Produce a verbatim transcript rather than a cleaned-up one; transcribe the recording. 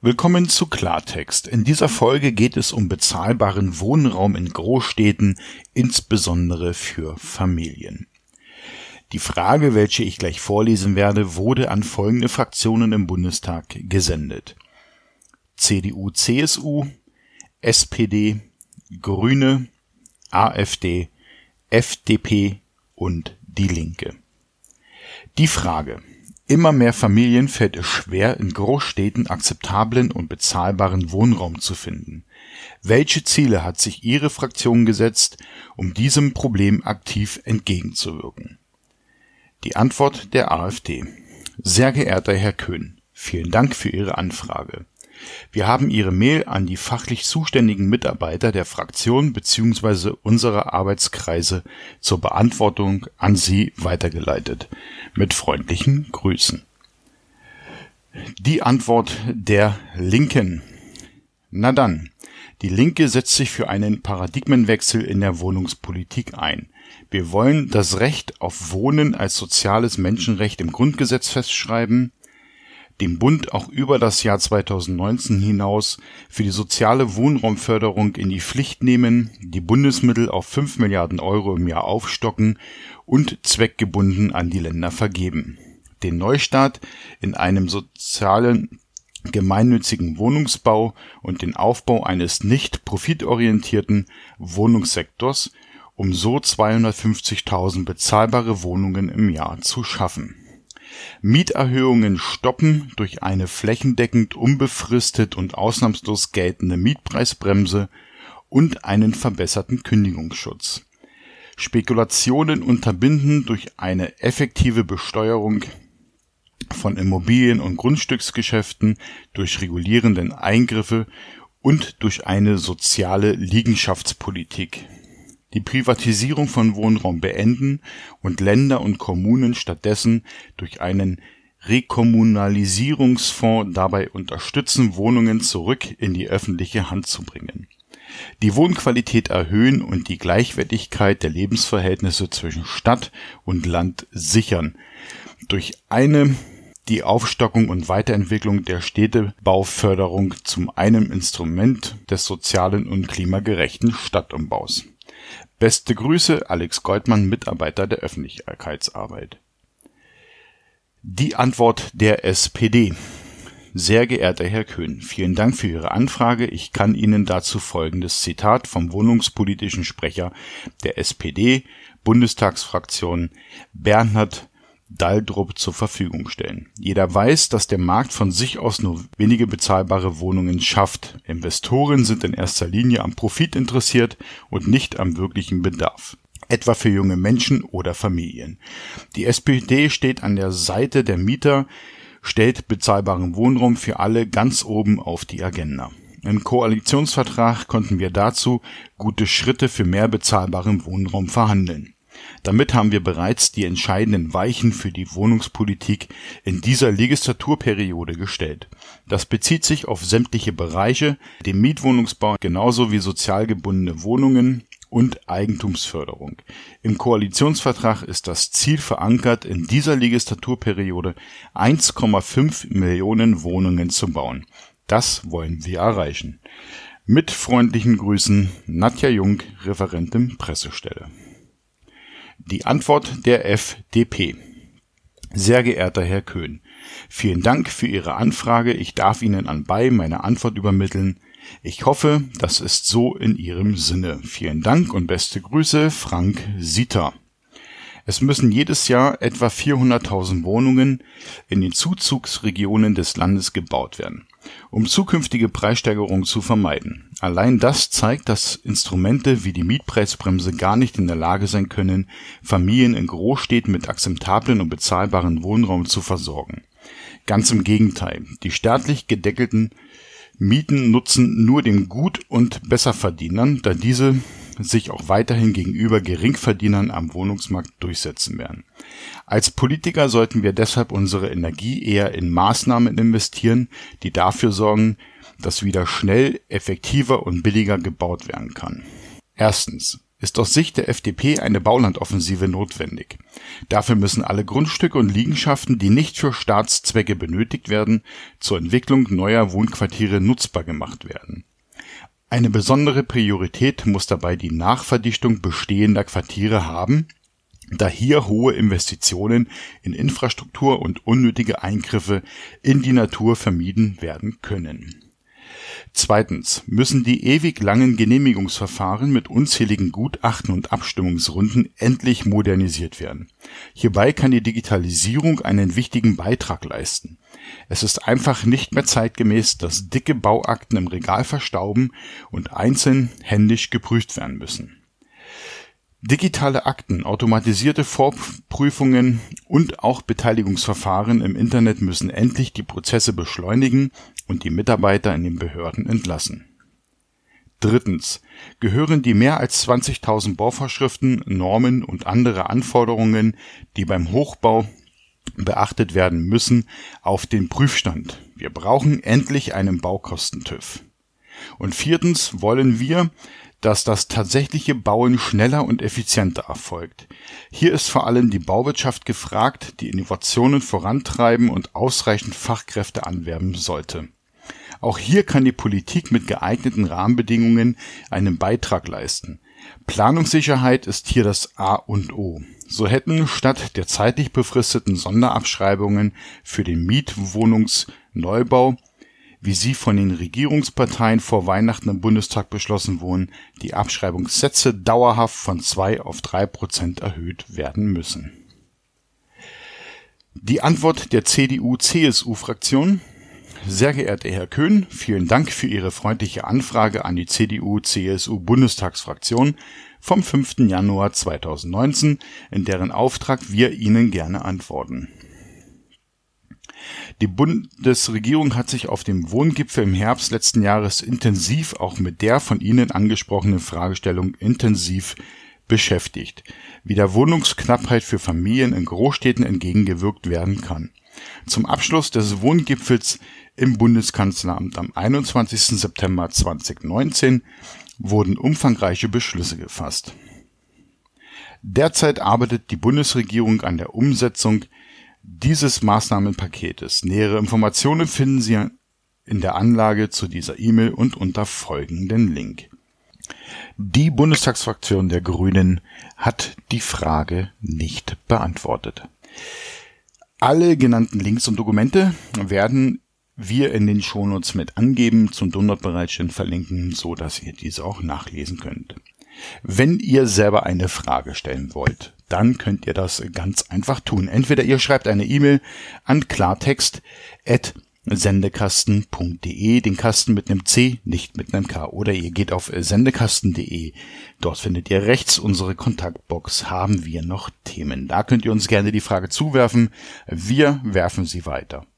Willkommen zu Klartext. In dieser Folge geht es um bezahlbaren Wohnraum in Großstädten, insbesondere für Familien. Die Frage, welche ich gleich vorlesen werde, wurde an folgende Fraktionen im Bundestag gesendet: C D U C S U, S P D, Grüne, AfD, F D P und Die Linke. Die Frage: Immer mehr Familien fällt es schwer, in Großstädten akzeptablen und bezahlbaren Wohnraum zu finden. Welche Ziele hat sich Ihre Fraktion gesetzt, um diesem Problem aktiv entgegenzuwirken? Die Antwort der AfD. Sehr geehrter Herr Köhn, vielen Dank für Ihre Anfrage. Wir haben Ihre Mail an die fachlich zuständigen Mitarbeiter der Fraktion bzw. unserer Arbeitskreise zur Beantwortung an Sie weitergeleitet. Mit freundlichen Grüßen. Die Antwort der Linken. Na dann, die Linke setzt sich für einen Paradigmenwechsel in der Wohnungspolitik ein. Wir wollen das Recht auf Wohnen als soziales Menschenrecht im Grundgesetz festschreiben, den Bund auch über das Jahr zweitausendneunzehn hinaus für die soziale Wohnraumförderung in die Pflicht nehmen, die Bundesmittel auf fünf Milliarden Euro im Jahr aufstocken und zweckgebunden an die Länder vergeben. Den Neustart in einem sozialen, gemeinnützigen Wohnungsbau und den Aufbau eines nicht profitorientierten Wohnungssektors, um so zweihundertfünfzigtausend bezahlbare Wohnungen im Jahr zu schaffen. Mieterhöhungen stoppen durch eine flächendeckend unbefristet und ausnahmslos geltende Mietpreisbremse und einen verbesserten Kündigungsschutz. Spekulationen unterbinden durch eine effektive Besteuerung von Immobilien- und Grundstücksgeschäften, durch regulierenden Eingriffe und durch eine soziale Liegenschaftspolitik. Die Privatisierung von Wohnraum beenden und Länder und Kommunen stattdessen durch einen Rekommunalisierungsfonds dabei unterstützen, Wohnungen zurück in die öffentliche Hand zu bringen. Die Wohnqualität erhöhen und die Gleichwertigkeit der Lebensverhältnisse zwischen Stadt und Land sichern. Durch eine die Aufstockung und Weiterentwicklung der Städtebauförderung zum einem Instrument des sozialen und klimagerechten Stadtumbaus. Beste Grüße, Alex Goldmann, Mitarbeiter der Öffentlichkeitsarbeit. Die Antwort der S P D. Sehr geehrter Herr Köhn, vielen Dank für Ihre Anfrage. Ich kann Ihnen dazu folgendes Zitat vom wohnungspolitischen Sprecher der S P D, Bundestagsfraktion, Bernhard Daldrup, zur Verfügung stellen. Jeder weiß, dass der Markt von sich aus nur wenige bezahlbare Wohnungen schafft. Investoren sind in erster Linie am Profit interessiert und nicht am wirklichen Bedarf, etwa für junge Menschen oder Familien. Die S P D steht an der Seite der Mieter, stellt bezahlbaren Wohnraum für alle ganz oben auf die Agenda. Im Koalitionsvertrag konnten wir dazu gute Schritte für mehr bezahlbaren Wohnraum verhandeln. Damit haben wir bereits die entscheidenden Weichen für die Wohnungspolitik in dieser Legislaturperiode gestellt. Das bezieht sich auf sämtliche Bereiche, den Mietwohnungsbau genauso wie sozial gebundene Wohnungen und Eigentumsförderung. Im Koalitionsvertrag ist das Ziel verankert, in dieser Legislaturperiode eins Komma fünf Millionen Wohnungen zu bauen. Das wollen wir erreichen. Mit freundlichen Grüßen, Nadja Jung, Referentin Pressestelle. Die Antwort der F D P. Sehr geehrter Herr Köhn, vielen Dank für Ihre Anfrage. Ich darf Ihnen anbei meine Antwort übermitteln. Ich hoffe, das ist so in Ihrem Sinne. Vielen Dank und beste Grüße, Frank Sieter. Es müssen jedes Jahr etwa vierhunderttausend Wohnungen in den Zuzugsregionen des Landes gebaut werden, um zukünftige Preissteigerungen zu vermeiden. Allein das zeigt, dass Instrumente wie die Mietpreisbremse gar nicht in der Lage sein können, Familien in Großstädten mit akzeptablen und bezahlbaren Wohnraum zu versorgen. Ganz im Gegenteil, die staatlich gedeckelten Mieten nutzen nur den Gut- und Besserverdienern, da diese sich auch weiterhin gegenüber Geringverdienern am Wohnungsmarkt durchsetzen werden. Als Politiker sollten wir deshalb unsere Energie eher in Maßnahmen investieren, die dafür sorgen, dass wieder schnell, effektiver und billiger gebaut werden kann. Erstens. ist aus Sicht der F D P eine Baulandoffensive notwendig. Dafür müssen alle Grundstücke und Liegenschaften, die nicht für Staatszwecke benötigt werden, zur Entwicklung neuer Wohnquartiere nutzbar gemacht werden. Eine besondere Priorität muss dabei die Nachverdichtung bestehender Quartiere haben, da hier hohe Investitionen in Infrastruktur und unnötige Eingriffe in die Natur vermieden werden können. Zweitens müssen die ewig langen Genehmigungsverfahren mit unzähligen Gutachten und Abstimmungsrunden endlich modernisiert werden. Hierbei kann die Digitalisierung einen wichtigen Beitrag leisten. Es ist einfach nicht mehr zeitgemäß, dass dicke Bauakten im Regal verstauben und einzeln händisch geprüft werden müssen. Digitale Akten, automatisierte Vorprüfungen und auch Beteiligungsverfahren im Internet müssen endlich die Prozesse beschleunigen und die Mitarbeiter in den Behörden entlassen. Drittens gehören die mehr als zwanzigtausend Bauvorschriften, Normen und andere Anforderungen, die beim Hochbau beachtet werden müssen, auf den Prüfstand. Wir brauchen endlich einen Baukosten-TÜV. Und viertens wollen wir, dass das tatsächliche Bauen schneller und effizienter erfolgt. Hier ist vor allem die Bauwirtschaft gefragt, die Innovationen vorantreiben und ausreichend Fachkräfte anwerben sollte. Auch hier kann die Politik mit geeigneten Rahmenbedingungen einen Beitrag leisten. Planungssicherheit ist hier das A und O. So hätten statt der zeitlich befristeten Sonderabschreibungen für den Mietwohnungsneubau, wie sie von den Regierungsparteien vor Weihnachten im Bundestag beschlossen wurden, die Abschreibungssätze dauerhaft von zwei auf drei Prozent erhöht werden müssen. Die Antwort der C D U-C S U-Fraktion: Sehr geehrter Herr Köhn, vielen Dank für Ihre freundliche Anfrage an die C D U-C S U-Bundestagsfraktion vom fünften Januar zweitausendneunzehn, in deren Auftrag wir Ihnen gerne antworten. Die Bundesregierung hat sich auf dem Wohngipfel im Herbst letzten Jahres intensiv auch mit der von Ihnen angesprochenen Fragestellung intensiv beschäftigt, wie der Wohnungsknappheit für Familien in Großstädten entgegengewirkt werden kann. Zum Abschluss des Wohngipfels im Bundeskanzleramt am einundzwanzigsten September zweitausendneunzehn wurden umfangreiche Beschlüsse gefasst. Derzeit arbeitet die Bundesregierung an der Umsetzung dieses Maßnahmenpaketes. Nähere Informationen finden Sie in der Anlage zu dieser E-Mail und unter folgenden Link. Die Bundestagsfraktion der Grünen hat die Frage nicht beantwortet. Alle genannten Links und Dokumente werden wir in den Shownotes mit angeben, zum Download-Bereitstellen verlinken, so dass ihr diese auch nachlesen könnt. Wenn ihr selber eine Frage stellen wollt, dann könnt ihr das ganz einfach tun. Entweder ihr schreibt eine E-Mail an klartext at sendekasten punkt de, den Kasten mit einem C, nicht mit einem K, oder ihr geht auf sendekasten punkt de. Dort findet ihr rechts unsere Kontaktbox. Haben wir noch Themen? Da könnt ihr uns gerne die Frage zuwerfen. Wir werfen sie weiter.